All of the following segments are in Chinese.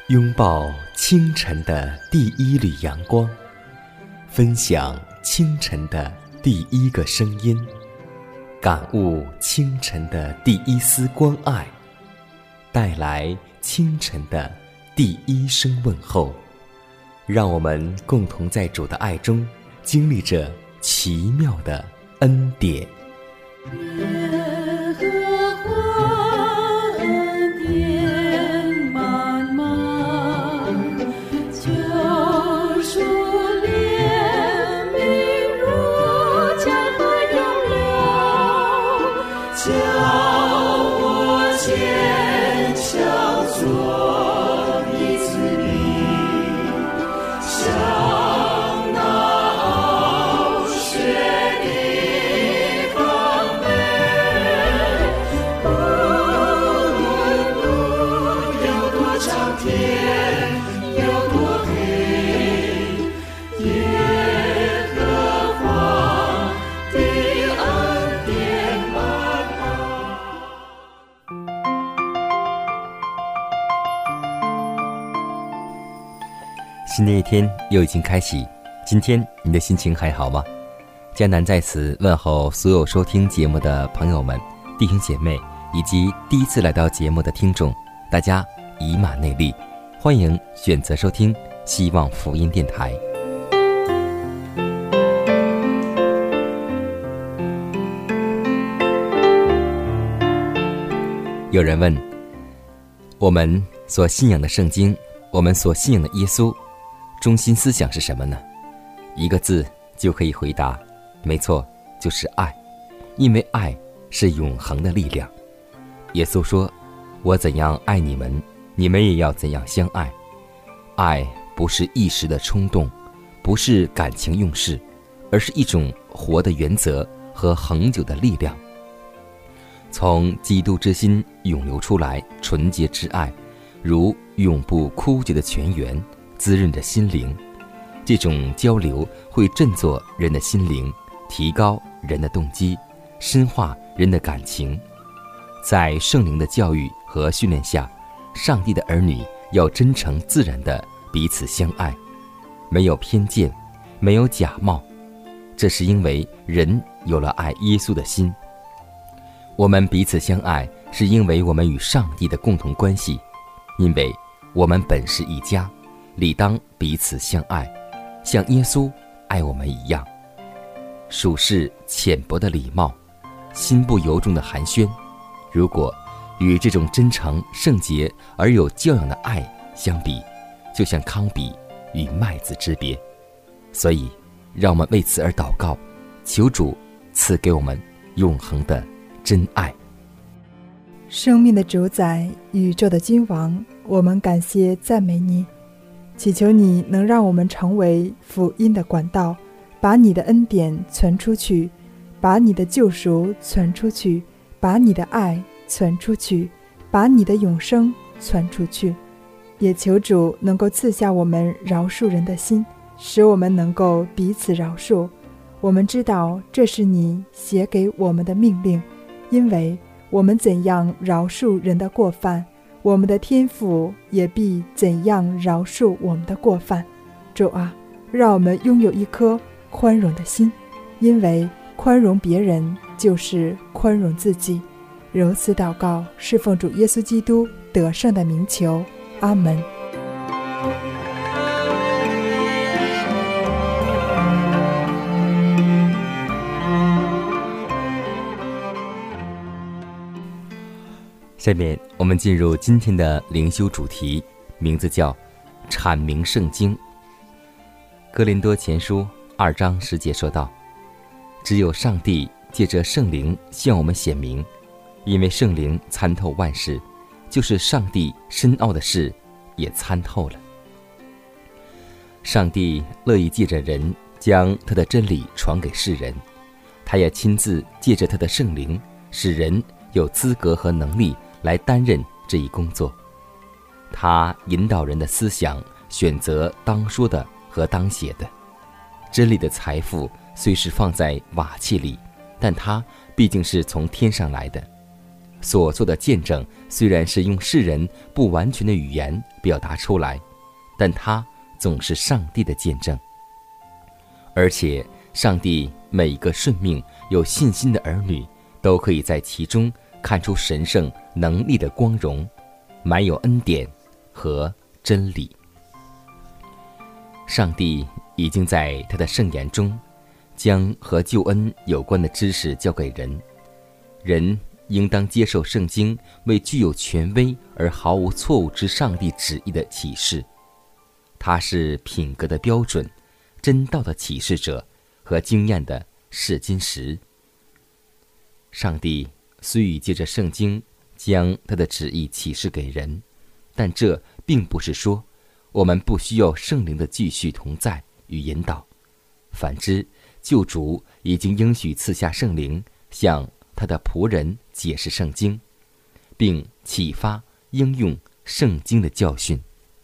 拥抱清晨的第一缕阳光，分享清晨的第一个声音，感悟清晨的第一丝关爱，带来清晨的第一声问候。让我们共同在主的爱中经历着奇妙的恩典。 新的一天又已经开启，今天你的心情还好吗？江南在此问候所有收听节目的朋友们、弟兄姐妹以及第一次来到节目的听众，大家以马内利，欢迎选择收听希望福音电台。有人问，我们所信仰的圣经，我们所信仰的耶稣，中心思想是什么呢？一个字就可以回答，没错，就是爱。因为爱是永恒的力量。耶稣说，我怎样爱你们，你们也要怎样相爱。爱不是一时的冲动，不是感情用事，而是一种活的原则和恒久的力量。从基督之心涌流出来纯洁之爱，如永不枯竭的泉源，滋润着心灵。这种交流会振作人的心灵，提高人的动机，深化人的感情。在圣灵的教育和训练下，上帝的儿女要真诚自然地彼此相爱，没有偏见，没有假冒。这是因为人有了爱耶稣的心。我们彼此相爱，是因为我们与上帝的共同关系，因为我们本是一家，理当彼此相爱，像耶稣爱我们一样。属世浅薄的礼貌，心不由衷的寒暄，如果与这种真诚圣洁而有教养的爱相比，就像糠比与麦子之别。所以让我们为此而祷告，求主赐给我们永恒的真爱。 生命的主宰，宇宙的君王，我们感谢赞美你，祈求你能让我们成为福音的管道，把你的恩典传出去，把你的救赎传出去，把你的爱传出去，把你的永生传出去。也求主能够赐下我们饶恕人的心，使我们能够彼此饶恕。我们知道这是你写给我们的命令，因为我们怎样饶恕人的过犯，我们的天父也必怎样饶恕我们的过犯。主啊，让我们拥有一颗宽容的心，因为宽容别人就是宽容自己。如此祷告，是奉主耶稣基督得胜的名求，阿门。 下面我们进入今天的灵修主题，名字叫阐明圣经。哥林多前书2章10节说道，只有上帝借着圣灵向我们显明，因为圣灵参透万事，就是上帝深奥的事也参透了。上帝乐意借着人将他的真理传给世人，他也亲自借着他的圣灵，使人有资格和能力来担任这一工作。他引导人的思想，选择当说的和当写的。真理的财富虽是放在瓦器里，但它毕竟是从天上来的。 所做的见证虽然是用世人不完全的语言表达出来，但它总是上帝的见证。而且上帝每一个顺命有信心的儿女都可以在其中看出神圣能力的光荣，满有恩典和真理。上帝已经在他的圣言中将和救恩有关的知识交给人，人应当接受圣经为具有权威而毫无错误之上帝旨意的启示。它是品格的标准，真道的启示者和经验的试金石。上帝虽已借着圣经将他的旨意启示给人，但这并不是说我们不需要圣灵的继续同在与引导。反之，救主已经应许赐下圣灵，向他的仆人解释圣经，并启发应用圣经的教训。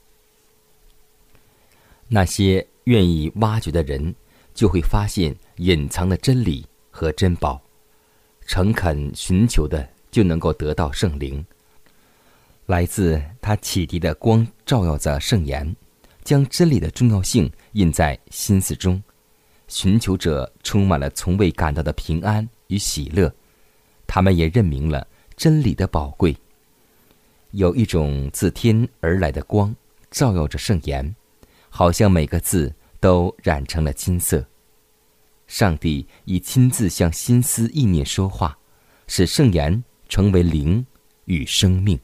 那些愿意挖掘的人，就会发现隐藏的真理和珍宝。诚恳寻求的，就能够得到圣灵。来自他启迪的光照耀着圣言，将真理的重要性印在心思中。寻求者充满了从未感到的平安与喜乐，他们也认明了真理的宝贵。有一种自天而来的光照耀着圣言，好像每个字都染成了金色。上帝已亲自向心思意念说话，使圣言成为灵与生命。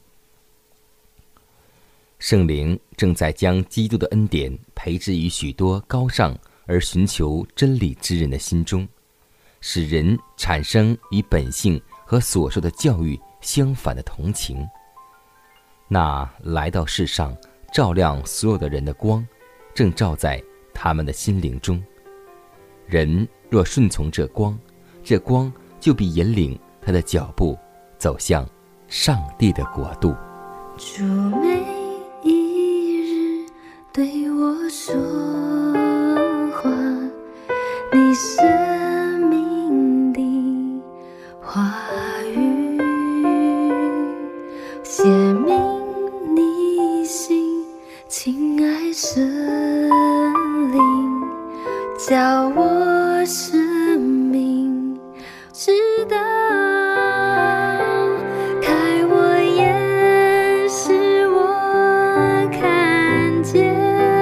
圣灵正在将基督的恩典培植于许多高尚而寻求真理之人的心中，使人产生与本性和所受的教育相反的同情。那来到世上照亮所有的人的光，正照在他们的心灵中。人若顺从这光，这光就必引领他的脚步走向上帝的国度。 主每一日对我说话，你生命的话语，写明你心，亲爱神灵，叫我生命知道，开我眼，使我看见，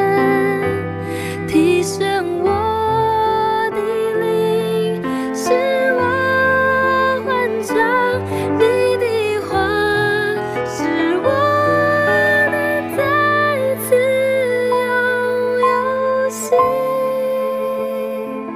提升我的灵，使我欢唱你的话，使我能再次拥有新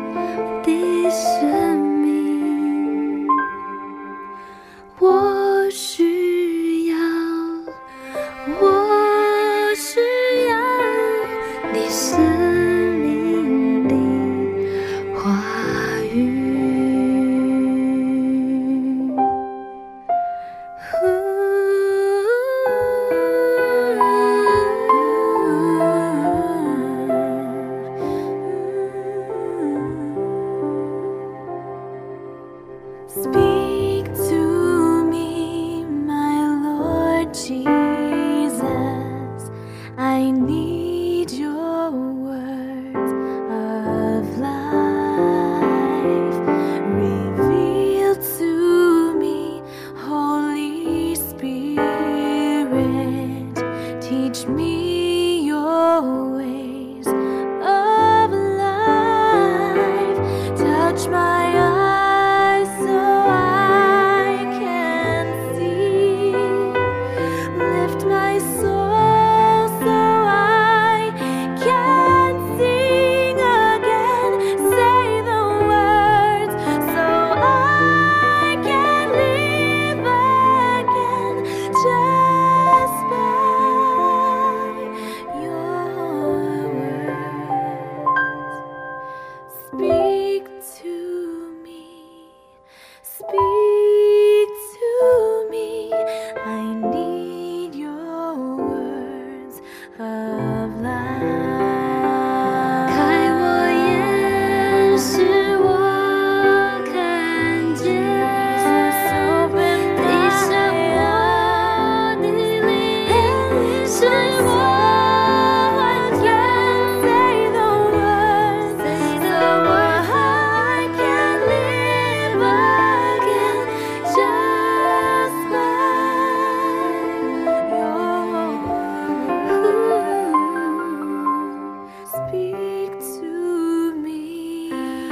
Speak to me，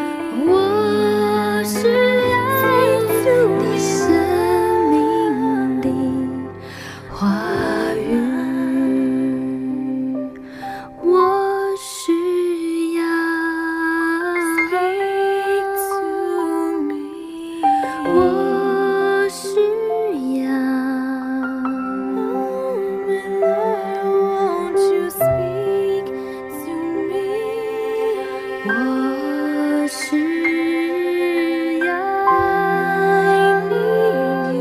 我需要你生命的话语，我需要 Speak to me， 我需要 I want you speak to me， 我需要 I need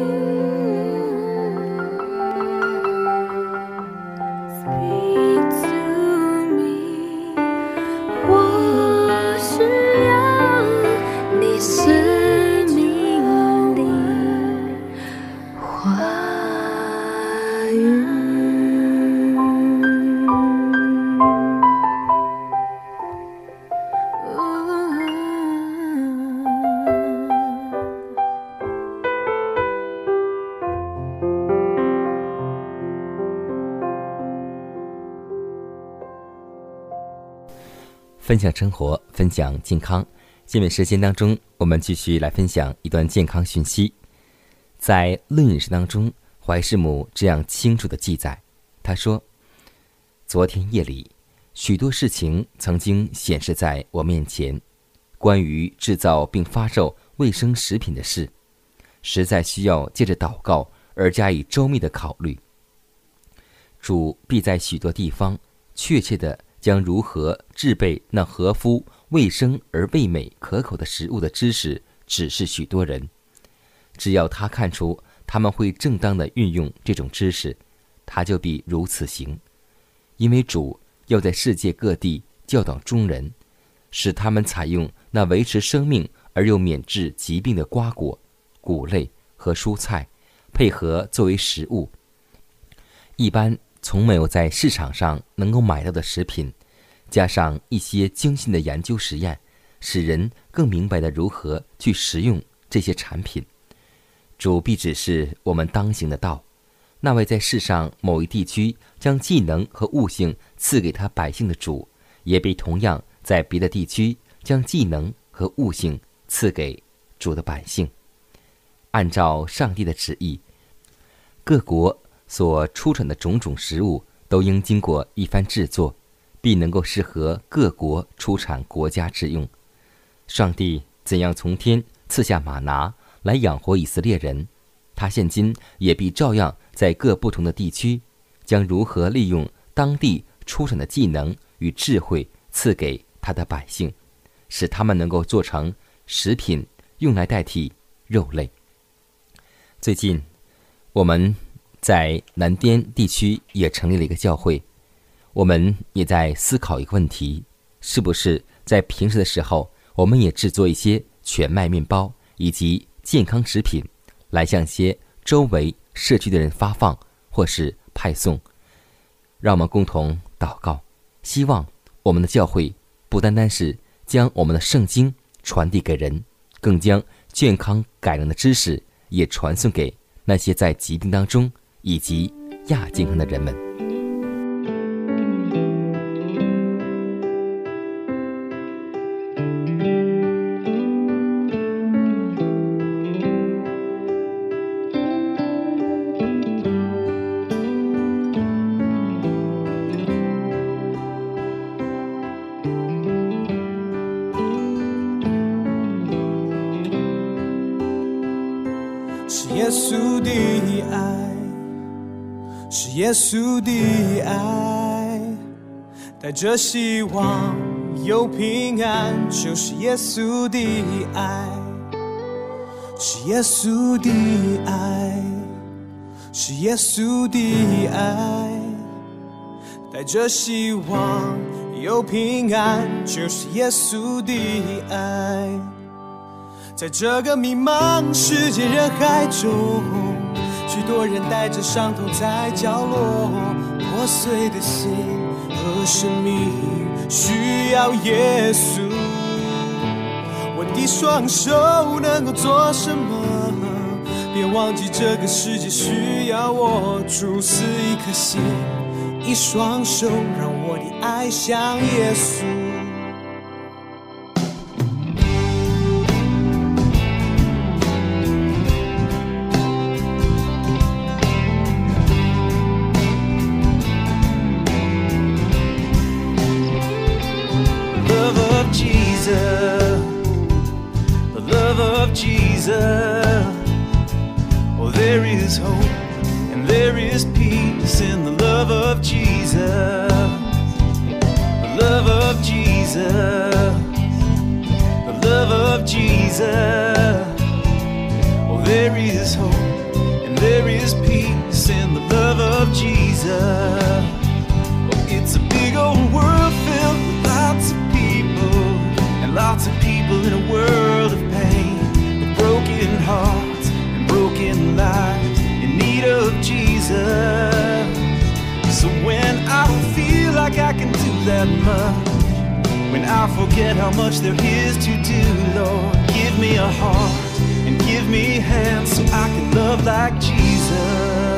you，Speak to me， 我需要你生命的话语。 分享生活，分享健康。健美时间当中，我们继续来分享一段健康讯息。在《论饮食》当中，怀师母这样清楚地记载，她说：“昨天夜里，许多事情曾经显示在我面前，关于制造并发售卫生食品的事，实在需要借着祷告而加以周密的考虑。主必在许多地方确切地将如何制备那合乎卫生而味美可口的食物的知识指示许多人。只要他看出他们会正当地运用这种知识，他就必如此行。因为主要在世界各地教导众人，使他们采用那维持生命而又免治疾病的瓜果、谷类和蔬菜，配合作为食物。一般从没有在市场上能够买到的食品，加上一些精心的研究实验，使人更明白的如何去食用这些产品。主必指示我们当行的道。那位在世上某一地区将技能和悟性赐给他百姓的主，也必同样在别的地区将技能和悟性赐给主的百姓。按照上帝的旨意，各国所出产的种种食物都应经过一番制作，必能够适合各国出产国家之用。上帝怎样从天赐下玛拿来养活以色列人，他现今也必照样在各不同的地区，将如何利用当地出产的技能与智慧赐给他的百姓，使他们能够做成食品，用来代替肉类。最近我们在南滇地区也成立了一个教会，我们也在思考一个问题，是不是在平时的时候，我们也制作一些全麦面包以及健康食品，来向些周围社区的人发放或是派送。让我们共同祷告，希望我们的教会不单单是将我们的圣经传递给人，更将健康改良的知识也传送给那些在疾病当中以及亚健康的人们。 耶稣的爱，是耶稣的爱，带着希望有平安，就是耶稣的爱，是耶稣的爱，是耶稣的爱，带着希望有平安，就是耶稣的爱。在这个迷茫世界人海中，许多人带着伤痛在角落，破碎的心和生命需要耶稣。我的双手能够做什么？别忘记这个世界需要我，主赐一颗心，一双手，让我的爱像耶稣。 Jesus. Oh, there is hope and there is peace in the love of Jesus. The love of Jesus. The love of Jesus. Oh, there is hope and there is peace in the love of Jesus. Oh, it's a big old world filled with lots of people, and lots of people in a world of pain, with broken hearts and broken lives in need of Jesus. So when I don't feel like I can do that much, when I forget how much there is to do, Lord, give me a heart and give me hands so I can love like Jesus.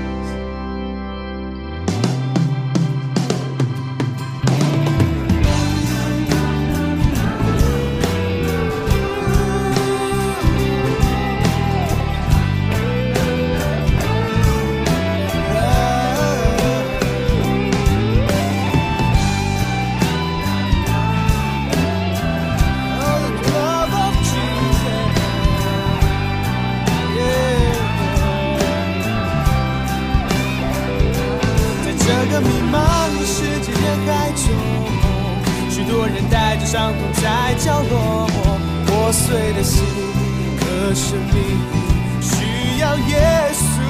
伤痛在角落，破碎的心和生命需要耶稣。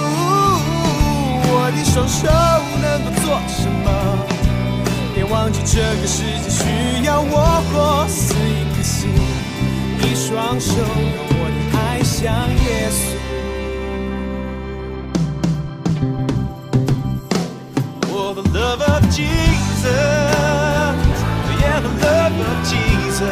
我的双手能够做什么？别忘记这个世界需要我活死一颗心，一双手让我的爱像耶稣。Oh, the love of Jesus. Yeah, the love of Jesus.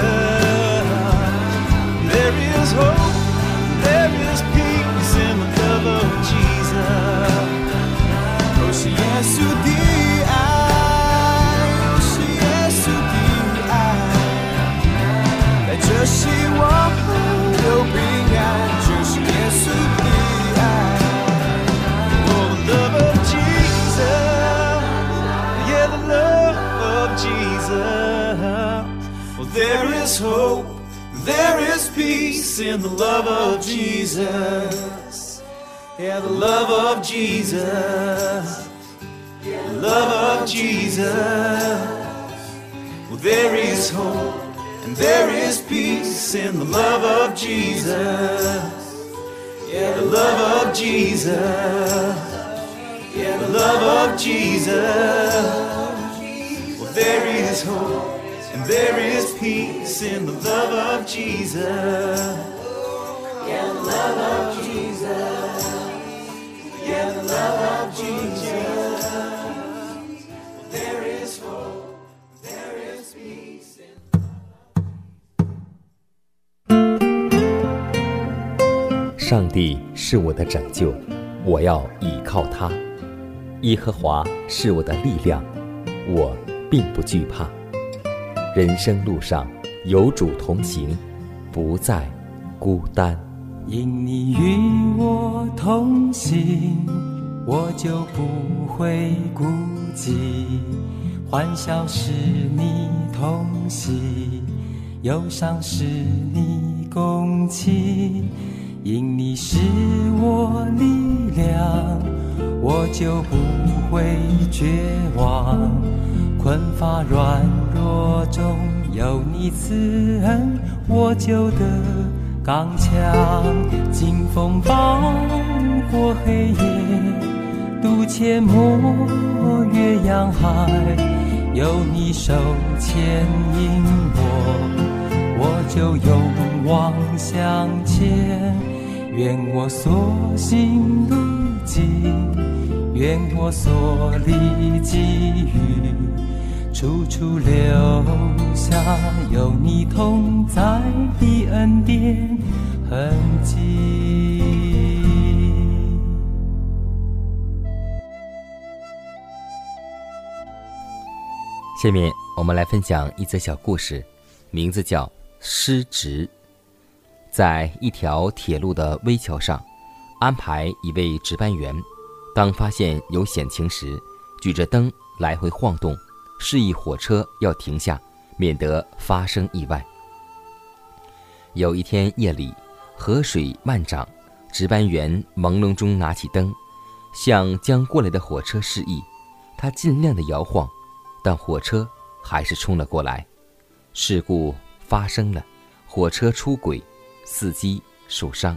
There is hope, there is peace in the love of Jesus. 哦，是耶稣的爱，哦，是耶稣的爱，带着希望有平安，就是耶稣的爱。Oh, the love of Jesus. Yeah, the love of Jesus. There is hope, there is peace in the love of Jesus. Yeah, the love of Jesus. The love of Jesus. Well, there is hope and there is peace in the love of Jesus. Yeah, the love of Jesus. Yeah, the love of Jesus. Well, there is hope and there is peace in the love of Jesus. Yeah, the love of Jesus. Yeah, the love of Jesus. There is hope, there is peace in... 上帝是我的拯救，我要倚靠他。耶和华是我的力量，我并不惧怕。人生路上有主同行，不再孤单。 因你与我同行，我就不会孤寂。欢笑是你同喜，忧伤是你共泣。因你是我力量，我就不会绝望。困乏软弱中有你慈恩，我就得刚强。经风暴过黑夜，渡阡陌越洋海，有你手牵引我就勇往向前。愿我所行路径，愿我所立给予，处处留下有你同在的恩典痕迹。 下面我们来分享一则小故事，名字叫失职。在一条铁路的危桥上，安排一位值班员，当发现有险情时，举着灯来回晃动，示意火车要停下，免得发生意外。有一天夜里， 河水漫涨，值班员朦胧中拿起灯，向将过来的火车示意。他尽量的摇晃，但火车还是冲了过来。事故发生了，火车出轨，司机受伤。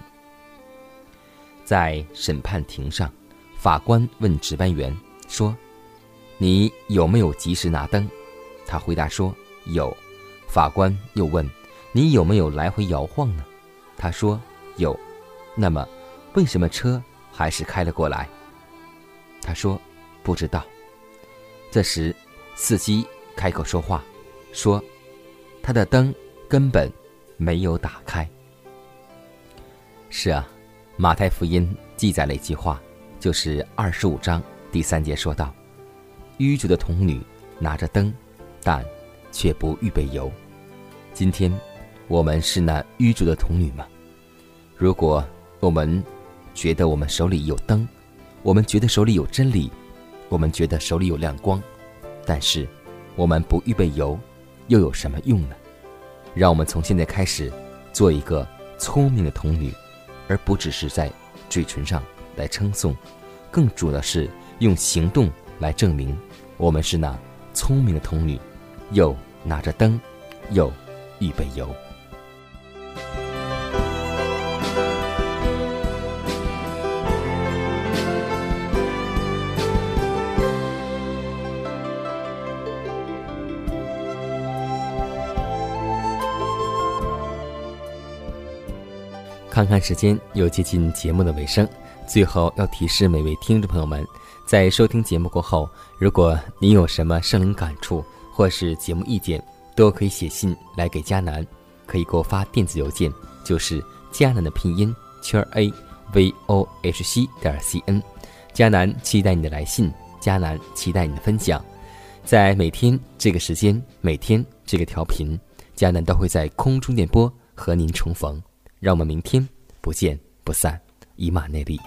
在审判庭上，法官问值班员说：“你有没有及时拿灯？”他回答说：“有。”法官又问：“你有没有来回摇晃呢？”他说：“有。”那么，为什么车还是开了过来？他说：“不知道。”这时，司机开口说话，说：“他的灯根本没有打开。”是啊，马太福音记载了一句话，就是25章第3节说道：“愚拙的童女拿着灯，但却不预备油。”今天，我们是那愚拙的童女吗？如果我们觉得我们手里有灯，我们觉得手里有真理，我们觉得手里有亮光，但是我们不预备油，又有什么用呢？让我们从现在开始做一个聪明的童女，而不只是在嘴唇上来称颂，更主要的是用行动来证明我们是那聪明的童女，又拿着灯，又预备油。看看时间，又接近节目的尾声，最后要提示每位听众朋友们，在收听节目过后，如果您有什么圣灵感触或是节目意见，都可以写信来给迦南，可以给我发电子邮件，就是迦南的拼音@avohc.cn。迦南期待你的来信，迦南期待你的分享。在每天这个时间，每天这个调频，迦南都会在空中电波和您重逢。让我们明天不见不散，以马内利。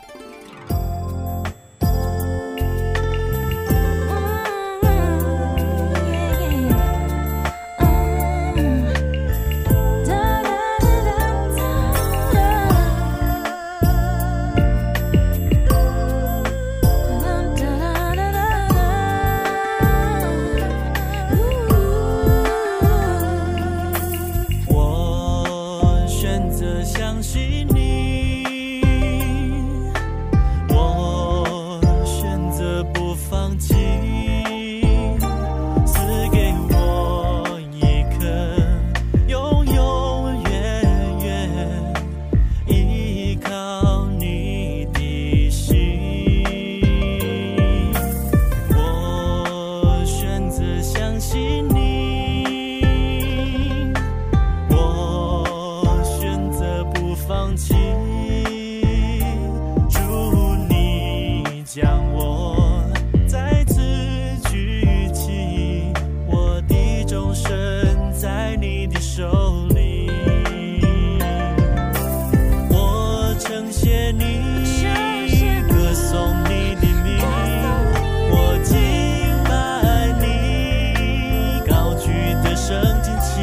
相信你，我选择不放弃，赐给我一颗永永远远依靠你的心。我选择相信你，放弃，祝你将我再次举起，我的终身在你的手里。我称谢你，歌颂你的名，我敬拜你，高举的圣旌旗。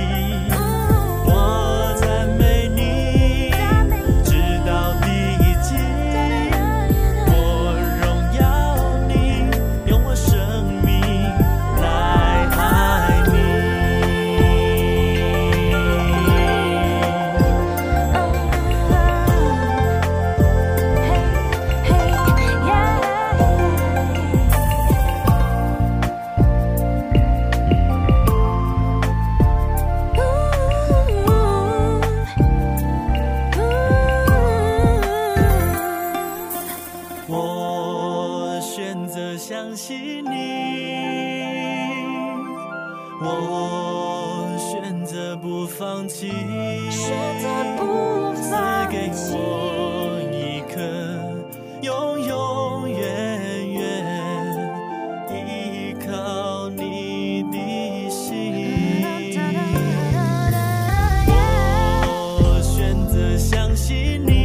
相信你，我选择不放弃，赐给我一颗永永远远依靠你的心。我选择相信你，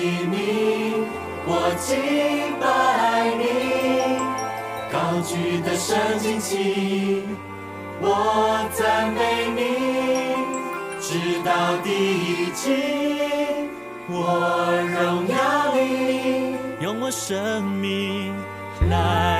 名，我敬拜你，高举的圣经旗，我赞美你，直到地极，我荣耀你， 用我生命来